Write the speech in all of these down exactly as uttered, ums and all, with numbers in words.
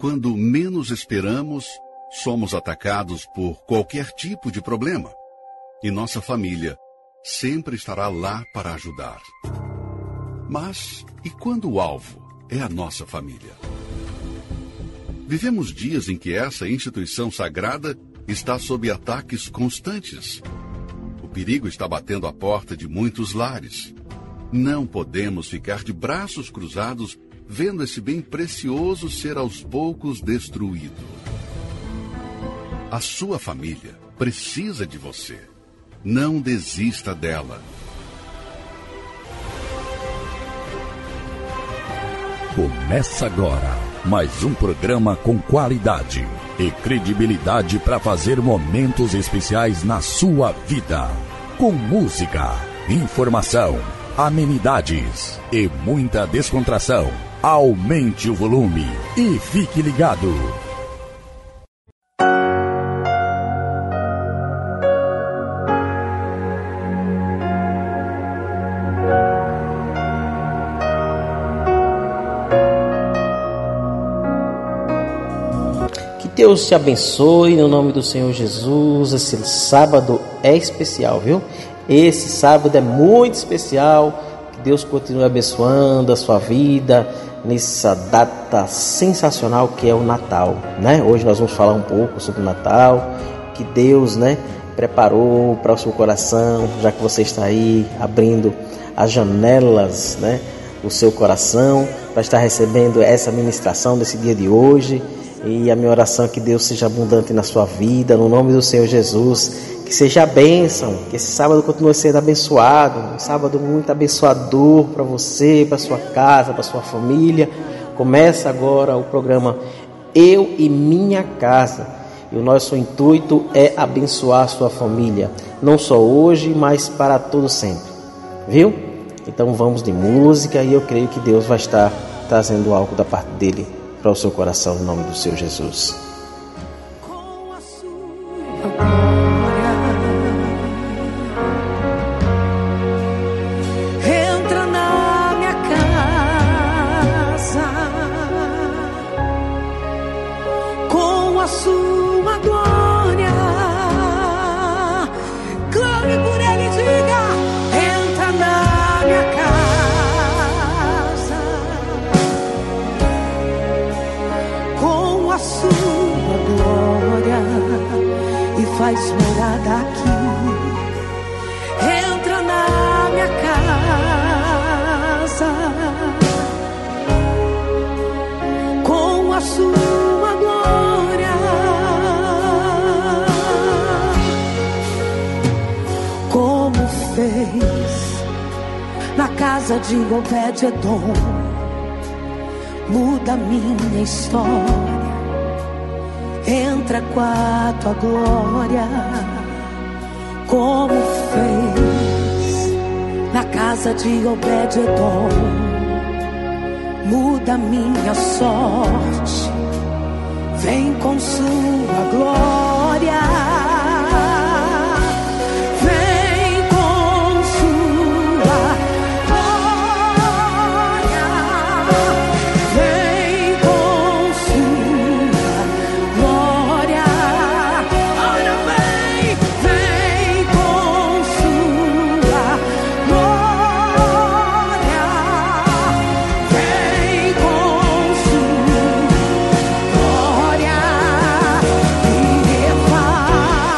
quando menos esperamos, somos atacados por qualquer tipo de problema. E nossa família sempre estará lá para ajudar. Mas e quando o alvo é a nossa família? Vivemos dias em que essa instituição sagrada está sob ataques constantes. O perigo está batendo à porta de muitos lares. Não podemos ficar de braços cruzados vendo esse bem precioso ser aos poucos destruído. A sua família precisa de você. Não desista dela. Começa agora mais um programa com qualidade e credibilidade para fazer momentos especiais na sua vida. Com música, informação, amenidades e muita descontração. Aumente o volume e fique ligado. Deus te abençoe no nome do Senhor Jesus. Esse sábado é especial, viu? Esse sábado é muito especial. Que Deus continue abençoando a sua vida nessa data sensacional que é o Natal, né? Hoje nós vamos falar um pouco sobre o Natal, que Deus, né, preparou para o seu coração, já que você está aí abrindo as janelas, né, do seu coração para estar recebendo essa ministração desse dia de hoje. E a minha oração é que Deus seja abundante na sua vida, no nome do Senhor Jesus, que seja a bênção, que esse sábado continue sendo abençoado, um sábado muito abençoador para você, para sua casa, para sua família. Começa agora o programa Eu e Minha Casa, e o nosso intuito é abençoar a sua família, não só hoje, mas para todo sempre, viu? Então vamos de música, e eu creio que Deus vai estar trazendo algo da parte dele para o seu coração, em nome do Senhor Jesus. Com a sua glória, entra na minha casa. Com a sua glória, clame por ele, diga: entra na minha casa. A sua glória e faz morada aqui. Entra na minha casa com a sua glória, como fez na casa de Obed-Edom. Muda minha história. Entra com a tua glória, como fez na casa de Obed-Edom. Muda minha sorte, vem com sua glória. Vem com sua glória. Vem com sua glória. Olha, vem, vem com sua glória. Vem com sua glória. E faz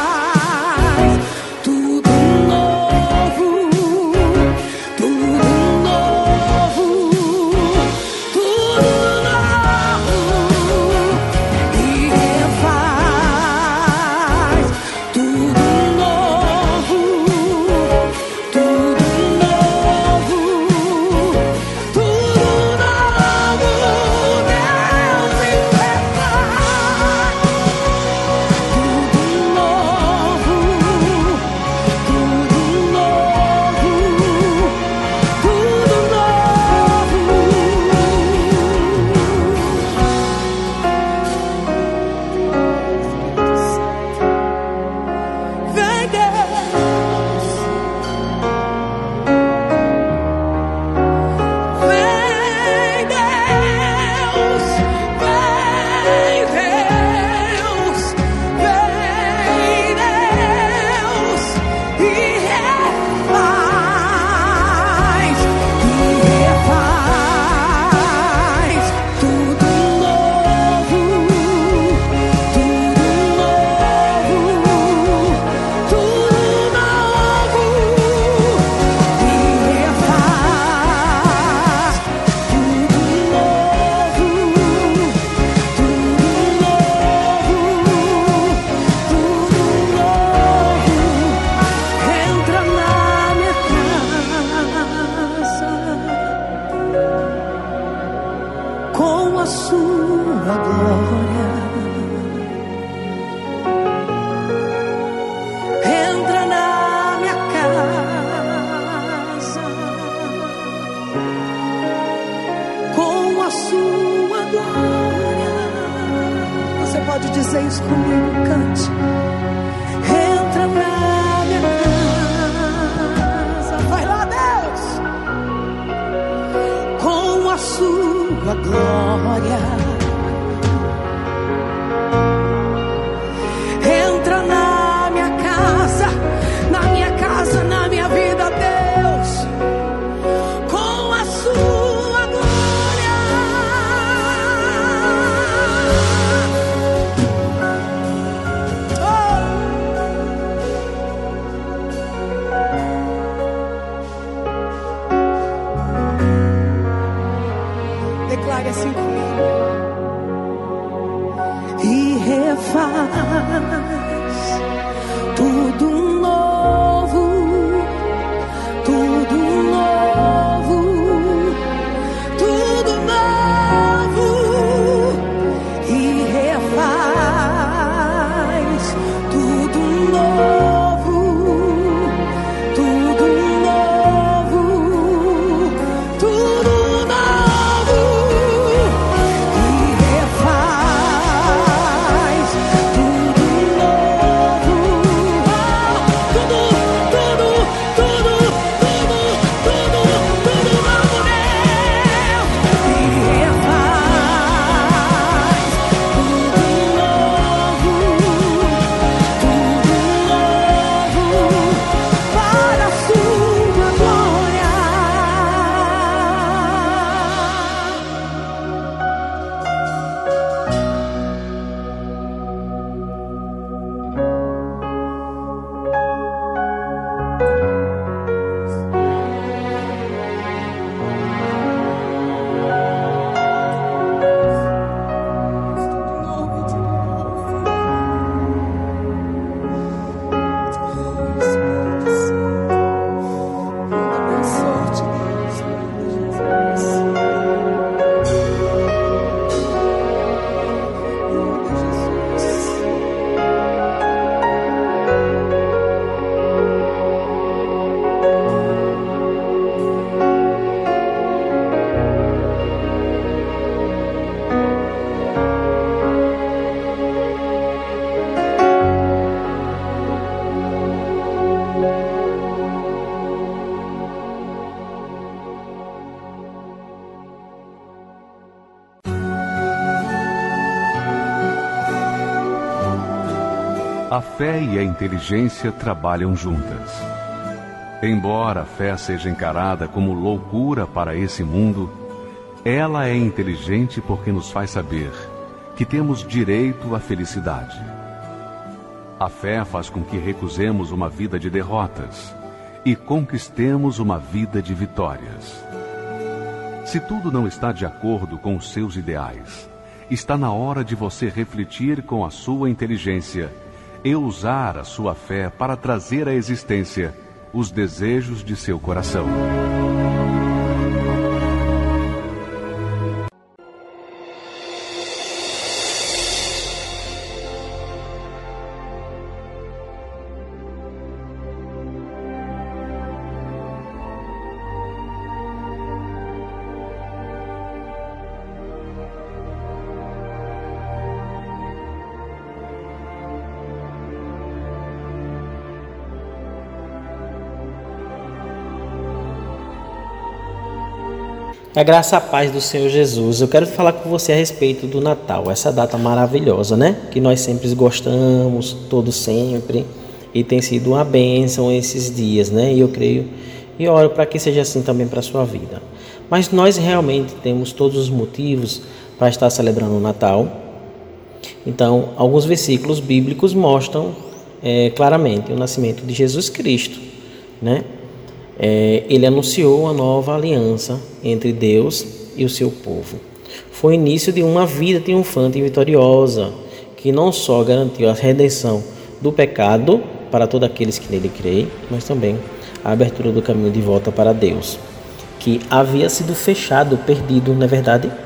a sua glória. Entra na minha casa com a sua glória. Você pode dizer isso comigo, cante. Entra na minha casa. Vai lá, Deus, com a sua glória. Entra na minha casa, na minha casa, na minha vida, Deus, com a sua glória. Oh. Declare assim comigo. E refaz tudo novo, tudo novo, tudo novo. E refaz tudo novo, tudo novo, tudo novo. E refaz tudo novo. Tudo, tudo, tudo, tudo, tudo, tudo novo, Deus. E refaz tudo novo, tudo novo, para a sua glória. A fé e a inteligência trabalham juntas. Embora a fé seja encarada como loucura para esse mundo, ela é inteligente porque nos faz saber que temos direito à felicidade. A fé faz com que recusemos uma vida de derrotas e conquistemos uma vida de vitórias. Se tudo não está de acordo com os seus ideais, está na hora de você refletir com a sua inteligência e usar a sua fé para trazer à existência os desejos de seu coração. A graça e a paz do Senhor Jesus. Eu quero falar com você a respeito do Natal, essa data maravilhosa, né? Que nós sempre gostamos, todos sempre, e tem sido uma bênção esses dias, né? E eu creio e oro para que seja assim também para a sua vida. Mas nós realmente temos todos os motivos para estar celebrando o Natal. Então, alguns versículos bíblicos mostram é, claramente o nascimento de Jesus Cristo, né? É, ele anunciou uma nova aliança entre Deus e o seu povo. Foi o início de uma vida triunfante e vitoriosa, que não só garantiu a redenção do pecado para todos aqueles que nele creem, mas também a abertura do caminho de volta para Deus, que havia sido fechado, perdido, na verdade.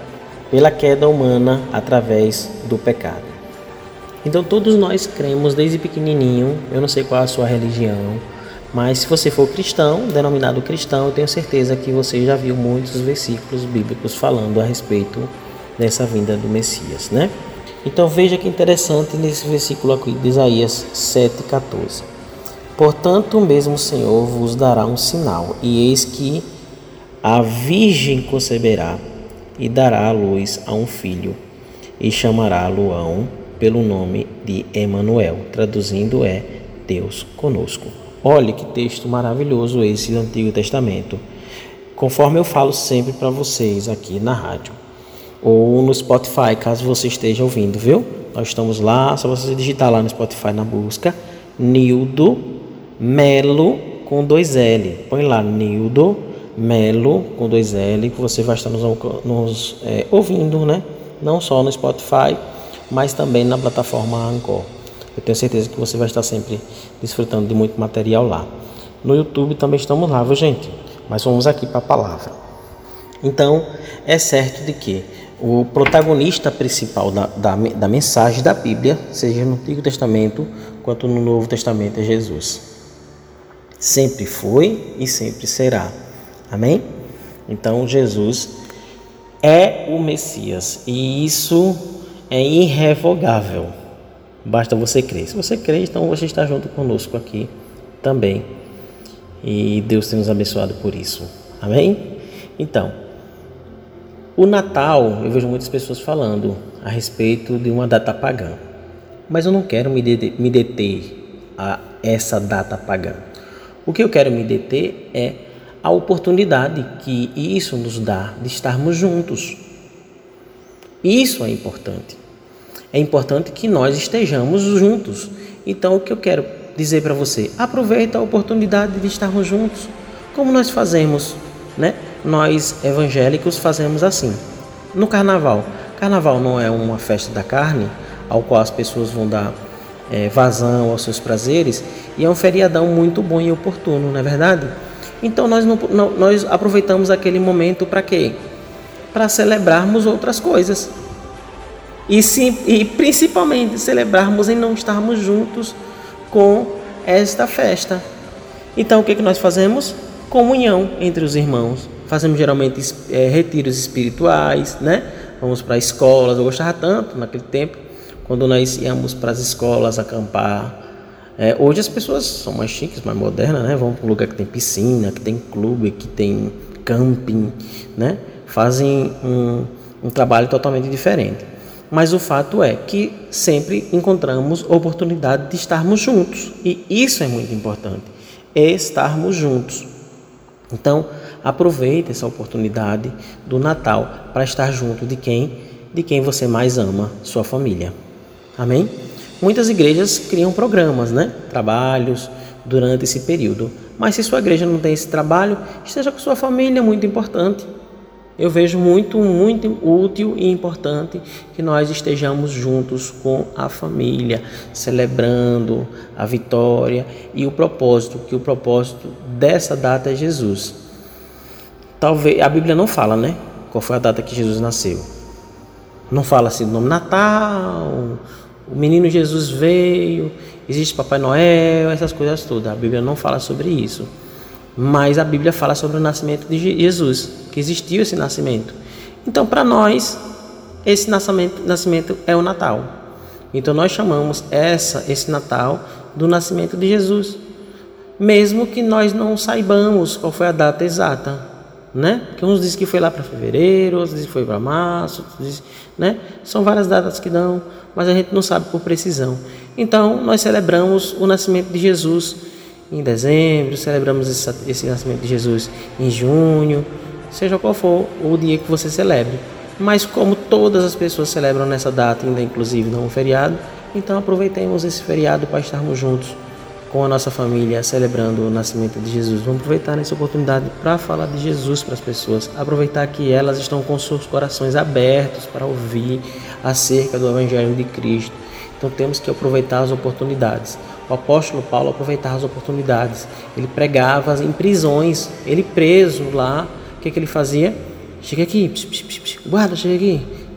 pela queda humana através do pecado. Então todos nós cremos desde pequenininho, eu não sei qual é a sua religião, mas se você for cristão, denominado cristão, eu tenho certeza que você já viu muitos versículos bíblicos falando a respeito dessa vinda do Messias, né? Então veja que interessante nesse versículo aqui de Isaías sete, catorze. Portanto, o mesmo Senhor vos dará um sinal, e eis que a virgem conceberá e dará à luz a um filho, e chamará Luão pelo nome de Emanuel, traduzindo é Deus conosco. Olha que texto maravilhoso esse do Antigo Testamento, conforme eu falo sempre para vocês aqui na rádio ou no Spotify, caso você esteja ouvindo, viu? Nós estamos lá, só você digitar lá no Spotify na busca Nildo Melo com dois L, põe lá Nildo Melo com dois L, que você vai estar nos, nos é, ouvindo, né? Não só no Spotify, mas também na plataforma Anchor. Eu tenho certeza que você vai estar sempre desfrutando de muito material lá. No YouTube também estamos lá, viu, gente? Mas vamos aqui para a palavra. Então, é certo de que o protagonista principal da, da, da mensagem da Bíblia, seja no Antigo Testamento quanto no Novo Testamento, é Jesus. Sempre foi e sempre será. Amém? Então, Jesus é o Messias e isso é irrevogável. Basta você crer. Se você crê, então você está junto conosco aqui também. E Deus tem nos abençoado por isso. Amém? Então, o Natal, eu vejo muitas pessoas falando a respeito de uma data pagã. Mas eu não quero me deter, me deter a essa data pagã. O que eu quero me deter é a oportunidade que isso nos dá de estarmos juntos. Isso é importante. É importante que nós estejamos juntos. Então, o que eu quero dizer para você? Aproveita a oportunidade de estarmos juntos. Como nós fazemos, né? Nós evangélicos fazemos assim. No carnaval. Carnaval não é uma festa da carne, ao qual as pessoas vão dar é, vazão aos seus prazeres, e é um feriadão muito bom e oportuno, não é verdade? Então, nós, não, não, nós aproveitamos aquele momento para quê? Para celebrarmos outras coisas. E, sim, e principalmente celebrarmos em não estarmos juntos com esta festa. Então o que, que nós fazemos? Comunhão entre os irmãos. Fazemos geralmente é, retiros espirituais, né? Vamos para escolas. Eu gostava tanto naquele tempo, quando nós íamos para as escolas acampar. É, hoje as pessoas são mais chiques, mais modernas, né? Vão para um lugar que tem piscina, que tem clube, que tem camping, né? Fazem um, um trabalho totalmente diferente. Mas o fato é que sempre encontramos oportunidade de estarmos juntos. E isso é muito importante, estarmos juntos. Então, aproveite essa oportunidade do Natal para estar junto de quem, de quem você mais ama, sua família. Amém? Muitas igrejas criam programas, né? Trabalhos durante esse período. Mas se sua igreja não tem esse trabalho, esteja com sua família, é muito importante. Eu vejo muito, muito útil e importante que nós estejamos juntos com a família, celebrando a vitória e o propósito, que o propósito dessa data é Jesus. Talvez, a Bíblia não fala, né? Qual foi a data que Jesus nasceu. Não fala assim do nome Natal, o menino Jesus veio, existe Papai Noel, essas coisas todas. A Bíblia não fala sobre isso. Mas a Bíblia fala sobre o nascimento de Jesus, que existiu esse nascimento. Então, para nós, esse nascimento, nascimento é o Natal. Então, nós chamamos essa, esse Natal do nascimento de Jesus, mesmo que nós não saibamos qual foi a data exata, né? Porque uns dizem que foi lá para fevereiro, outros dizem que foi para março, outros dizem, né? São várias datas que dão, mas a gente não sabe por precisão. Então, nós celebramos o nascimento de Jesus em dezembro, celebramos esse, esse nascimento de Jesus em junho, seja qual for o dia que você celebre. Mas como todas as pessoas celebram nessa data, ainda inclusive não um feriado, então aproveitemos esse feriado para estarmos juntos com a nossa família, celebrando o nascimento de Jesus. Vamos aproveitar essa oportunidade para falar de Jesus para as pessoas, aproveitar que elas estão com seus corações abertos para ouvir acerca do Evangelho de Cristo. Então temos que aproveitar as oportunidades. O apóstolo Paulo aproveitava as oportunidades. Ele pregava em prisões. Ele preso lá, o que, que ele fazia? Chega aqui, psh, psh, psh, guarda, chega aqui.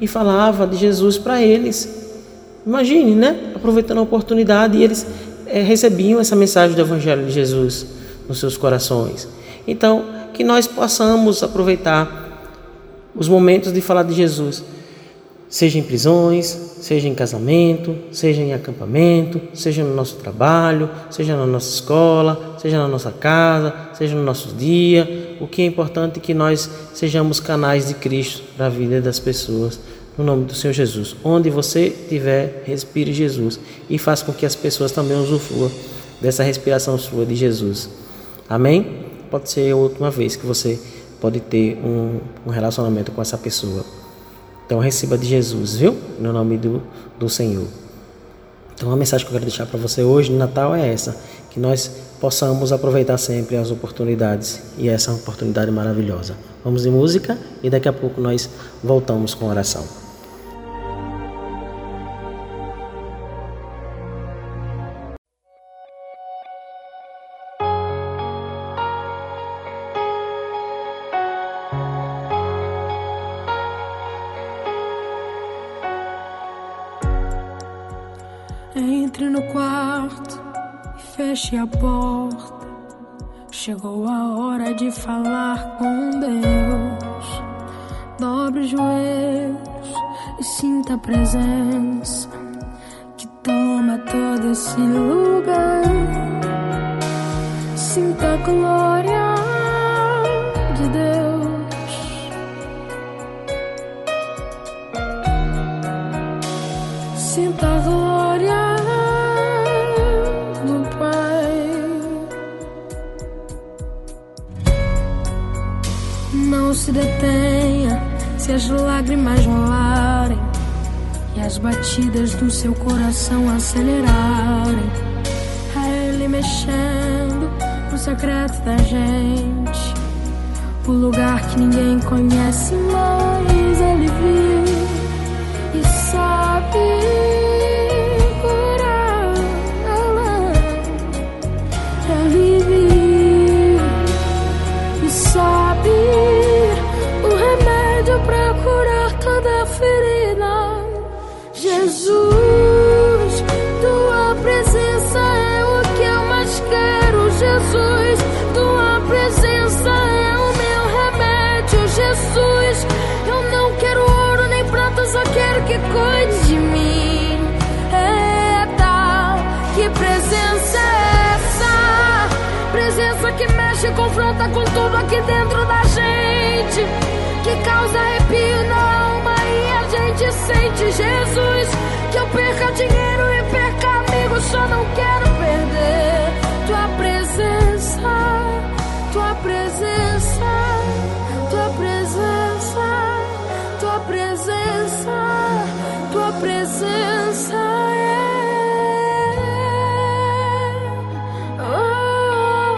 e falava de Jesus para eles. Imagine, né? Aproveitando a oportunidade, e eles é, recebiam essa mensagem do Evangelho de Jesus nos seus corações. Então, que nós possamos aproveitar os momentos de falar de Jesus, seja em prisões, seja em casamento, seja em acampamento, seja no nosso trabalho, seja na nossa escola, seja na nossa casa, seja no nosso dia. O que é importante é que nós sejamos canais de Cristo para a vida das pessoas, no nome do Senhor Jesus. Onde você estiver, respire Jesus e faça com que as pessoas também usufruam dessa respiração sua de Jesus. Amém? Pode ser a última vez que você pode ter um, um relacionamento com essa pessoa. Então receba de Jesus, viu? No nome do, do Senhor. Então a mensagem que eu quero deixar para você hoje no Natal é essa: que nós possamos aproveitar sempre as oportunidades, e essa é uma oportunidade maravilhosa. Vamos de música e daqui a pouco nós voltamos com a oração. Entre no quarto e feche a porta. Chegou a hora de falar com Deus. Dobre os joelhos e sinta a presença que toma todo esse lugar. Sinta a glória de Deus. Sinta a glória do Pai. Não se detenha se as lágrimas rolarem e as batidas do seu coração acelerarem. É Ele mexendo no secreto da gente, o lugar que ninguém conhece, mas Ele viu e sabe curar. Ele viu e sabe o remédio pra curar toda ferida. Jesus, tua presença é o que eu mais quero. Jesus, tua presença é o meu remédio. Jesus, eu não quero ouro nem prata, só quero que cuide de mim. Eita, que presença é essa? Presença que mexe e confronta com tudo aqui dentro da gente, que causa arrepio na alma e a gente sente. Jesus, que eu perca dinheiro e perca amigos, só não quero perder tua presença, tua presença, tua presença, tua presença, tua presença é. Oh,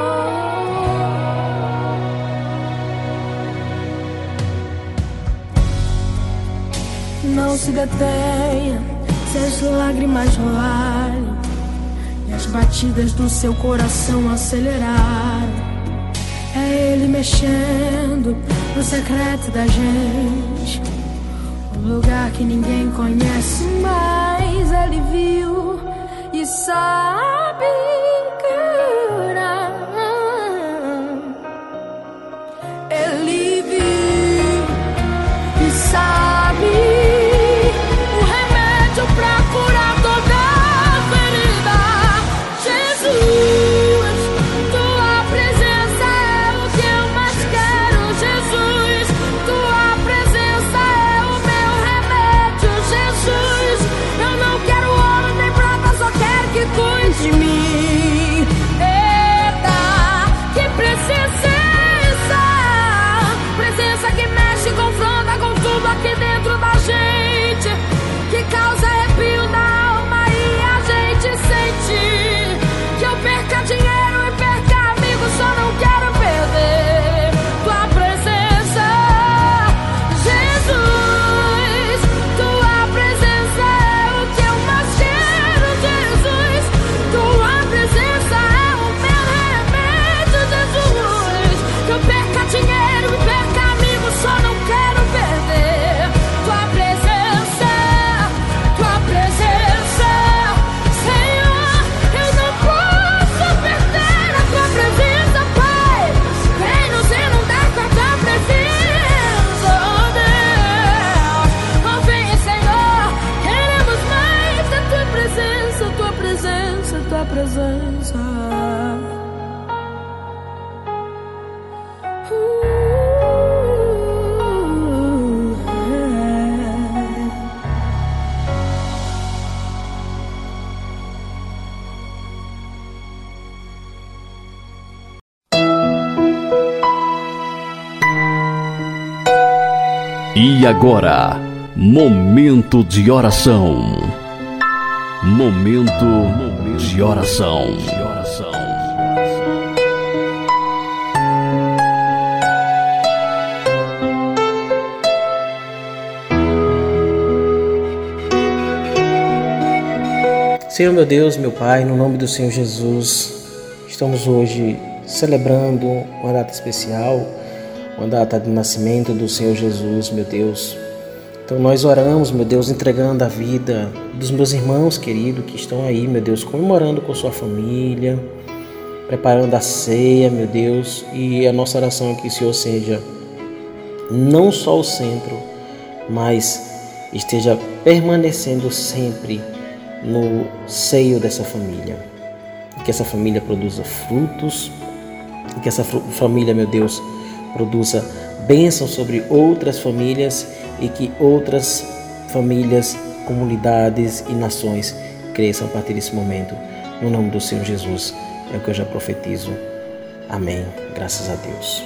oh. Não se detenha se as lágrimas rolarem e as batidas do seu coração acelerarem. É Ele mexendo no secreto da gente, um lugar que ninguém conhece, mas Ele viu e sabe curar. Ele viu e sabe pra curar toda ferida. Jesus, tua presença é o que eu mais quero. Jesus, tua presença é o meu remédio. Jesus, eu não quero ouro nem prata, só quero que cuide de mim. E agora, momento de oração. Momento de oração. Senhor meu Deus, meu Pai, no nome do Senhor Jesus, estamos hoje celebrando uma data especial, uma data de nascimento do Senhor Jesus, meu Deus. Então nós oramos, meu Deus, entregando a vida dos meus irmãos queridos que estão aí, meu Deus, comemorando com sua família, preparando a ceia, meu Deus, e a nossa oração é que o Senhor seja não só o centro, mas esteja permanecendo sempre no seio dessa família. Que essa família produza frutos, que essa família, meu Deus, produza bênção sobre outras famílias e que outras famílias, comunidades e nações cresçam a partir desse momento. No nome do Senhor Jesus, é o que eu já profetizo. Amém. Graças a Deus.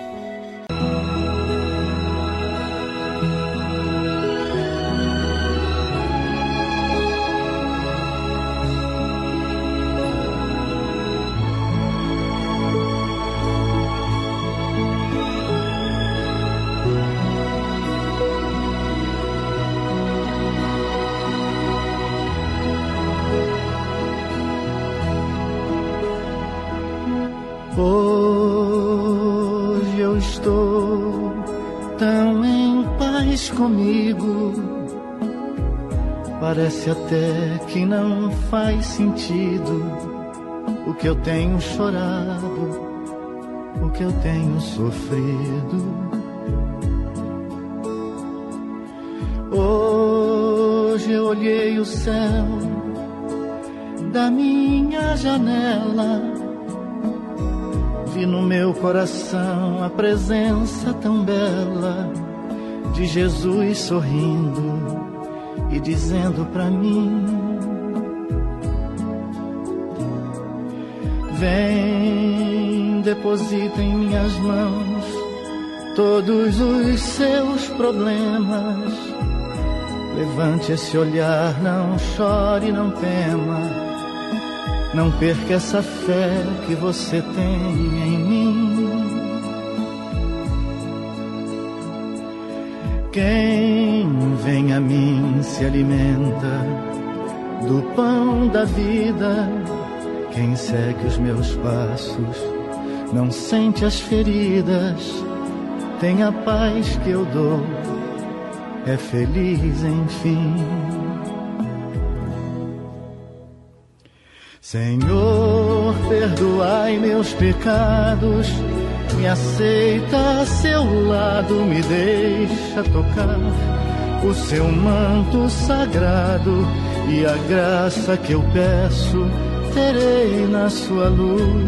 Hoje eu estou tão em paz comigo, parece até que não faz sentido o que eu tenho chorado, o que eu tenho sofrido. Hoje eu olhei o céu da minha janela, vi no meu coração a presença tão bela de Jesus sorrindo e dizendo pra mim: vem, deposita em minhas mãos todos os seus problemas. Levante esse olhar, não chore, não tema. Não perca essa fé que você tem em mim. Quem vem a mim se alimenta do pão da vida. Quem segue os meus passos não sente as feridas. Tem a paz que eu dou, é feliz enfim. Senhor, perdoai meus pecados, me aceita a seu lado, me deixa tocar o seu manto sagrado, e a graça que eu peço terei na sua luz.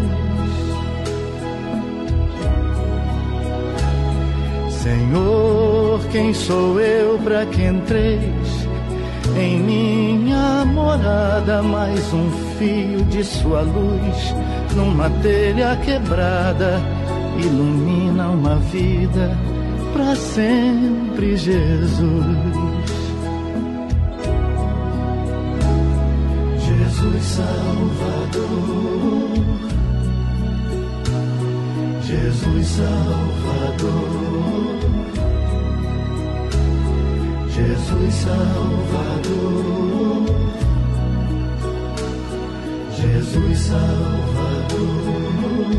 Senhor, quem sou eu para que entreis em minha morada? Mais um fio de sua luz numa telha quebrada ilumina uma vida para sempre, Jesus. Jesus Salvador, Jesus Salvador, Jesus Salvador, Jesus Salvador.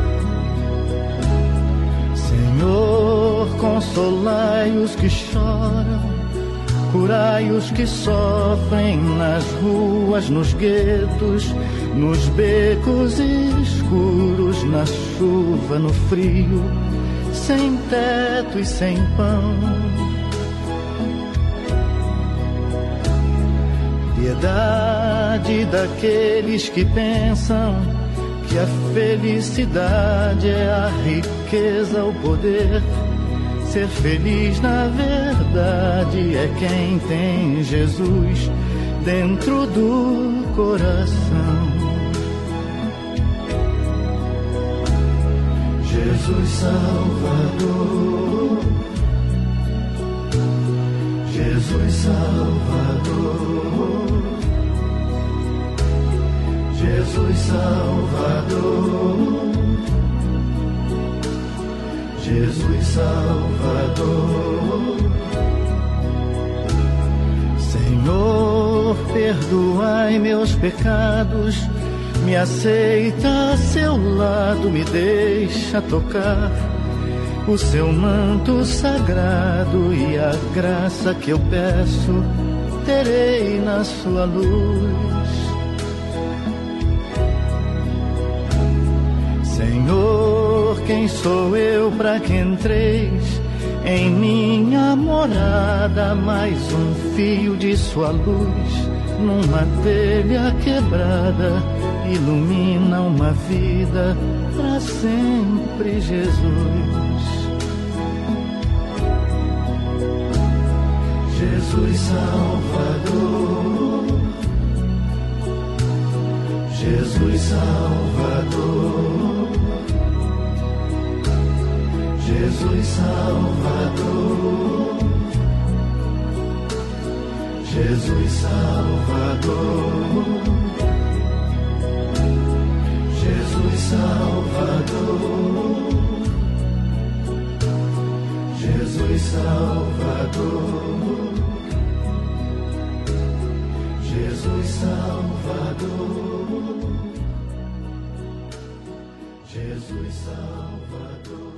Senhor, consolai os que choram, curai os que sofrem nas ruas, nos guetos, nos becos escuros, na chuva, no frio, sem teto e sem pão. Piedade vaidade daqueles que pensam que a felicidade é a riqueza, o poder. Ser feliz na verdade é quem tem Jesus dentro do coração. Jesus Salvador, Jesus Salvador, Jesus Salvador, Jesus Salvador. Senhor, perdoai meus pecados, me aceita a seu lado, me deixa tocar o seu manto sagrado, e a graça que eu peço terei na sua luz. Senhor, quem sou eu para que entreis em minha morada? Mais um fio de sua luz numa telha quebrada ilumina uma vida para sempre, Jesus. Jesus Salvador, Jesus Salvador, Jesus Salvador, Jesus Salvador, Jesus Salvador, Jesus Salvador, Jesus Salvador, Jesus Salvador.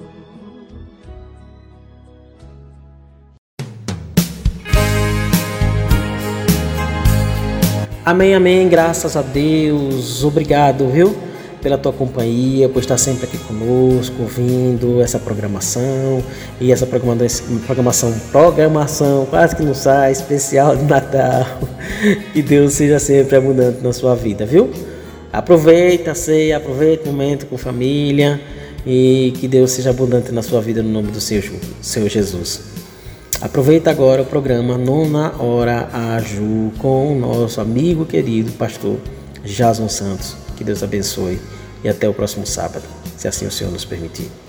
Amém, amém, graças a Deus. Obrigado, viu, pela tua companhia, por estar sempre aqui conosco, ouvindo essa programação. E essa programação, programação, programação quase que não sai, especial de Natal. Que Deus seja sempre abundante na sua vida, viu? Aproveita a ceia, aproveita o momento com família, e que Deus seja abundante na sua vida no nome do Senhor, Senhor Jesus. Aproveita agora o programa Nona Hora Aju com o nosso amigo querido pastor Jason Santos. Que Deus abençoe e até o próximo sábado, se assim o Senhor nos permitir.